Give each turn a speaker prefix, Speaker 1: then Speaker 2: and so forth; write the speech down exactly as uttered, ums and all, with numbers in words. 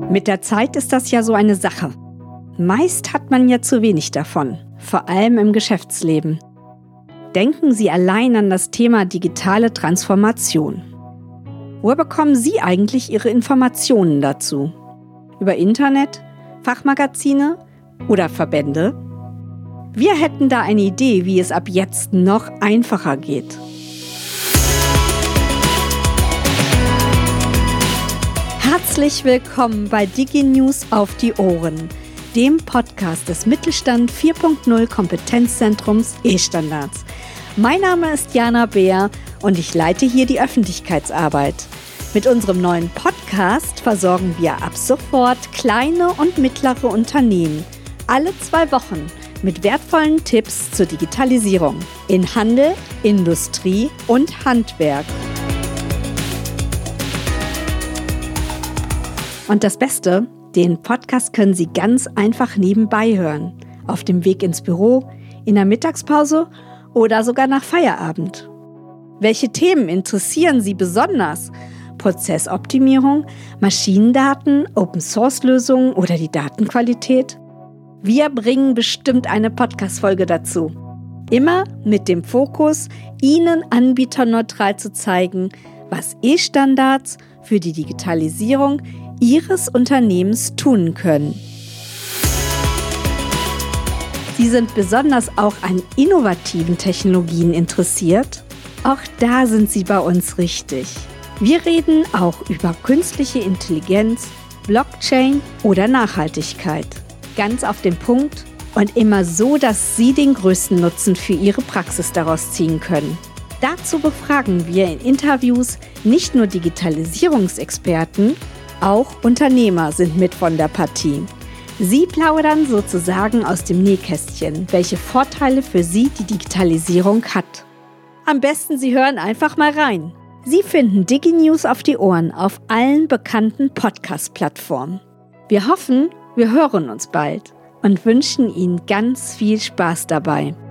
Speaker 1: Mit der Zeit ist das ja so eine Sache. Meist hat man ja zu wenig davon, vor allem im Geschäftsleben. Denken Sie allein an das Thema digitale Transformation. Woher bekommen Sie eigentlich Ihre Informationen dazu? Über Internet, Fachmagazine oder Verbände? Wir hätten da eine Idee, wie es ab jetzt noch einfacher geht. Herzlich willkommen bei DigiNews auf die Ohren, dem Podcast des Mittelstand vier Punkt null Kompetenzzentrums E-Standards. Mein Name ist Jana Beer und ich leite hier die Öffentlichkeitsarbeit. Mit unserem neuen Podcast versorgen wir ab sofort kleine und mittlere Unternehmen alle zwei Wochen mit wertvollen Tipps zur Digitalisierung in Handel, Industrie und Handwerk. Und das Beste, den Podcast können Sie ganz einfach nebenbei hören, auf dem Weg ins Büro, in der Mittagspause oder sogar nach Feierabend. Welche Themen interessieren Sie besonders? Prozessoptimierung, Maschinendaten, Open-Source-Lösungen oder die Datenqualität? Wir bringen bestimmt eine Podcast-Folge dazu. Immer mit dem Fokus, Ihnen anbieterneutral zu zeigen, was E-Standards für die Digitalisierung Ihres Unternehmens tun können. Sie sind besonders auch an innovativen Technologien interessiert? Auch da sind Sie bei uns richtig. Wir reden auch über künstliche Intelligenz, Blockchain oder Nachhaltigkeit. Ganz auf den Punkt und immer so, dass Sie den größten Nutzen für Ihre Praxis daraus ziehen können. Dazu befragen wir in Interviews nicht nur Digitalisierungsexperten, auch Unternehmer sind mit von der Partie. Sie plaudern sozusagen aus dem Nähkästchen, welche Vorteile für Sie die Digitalisierung hat. Am besten Sie hören einfach mal rein. Sie finden DigiNews auf die Ohren auf allen bekannten Podcast-Plattformen. Wir hoffen, wir hören uns bald und wünschen Ihnen ganz viel Spaß dabei.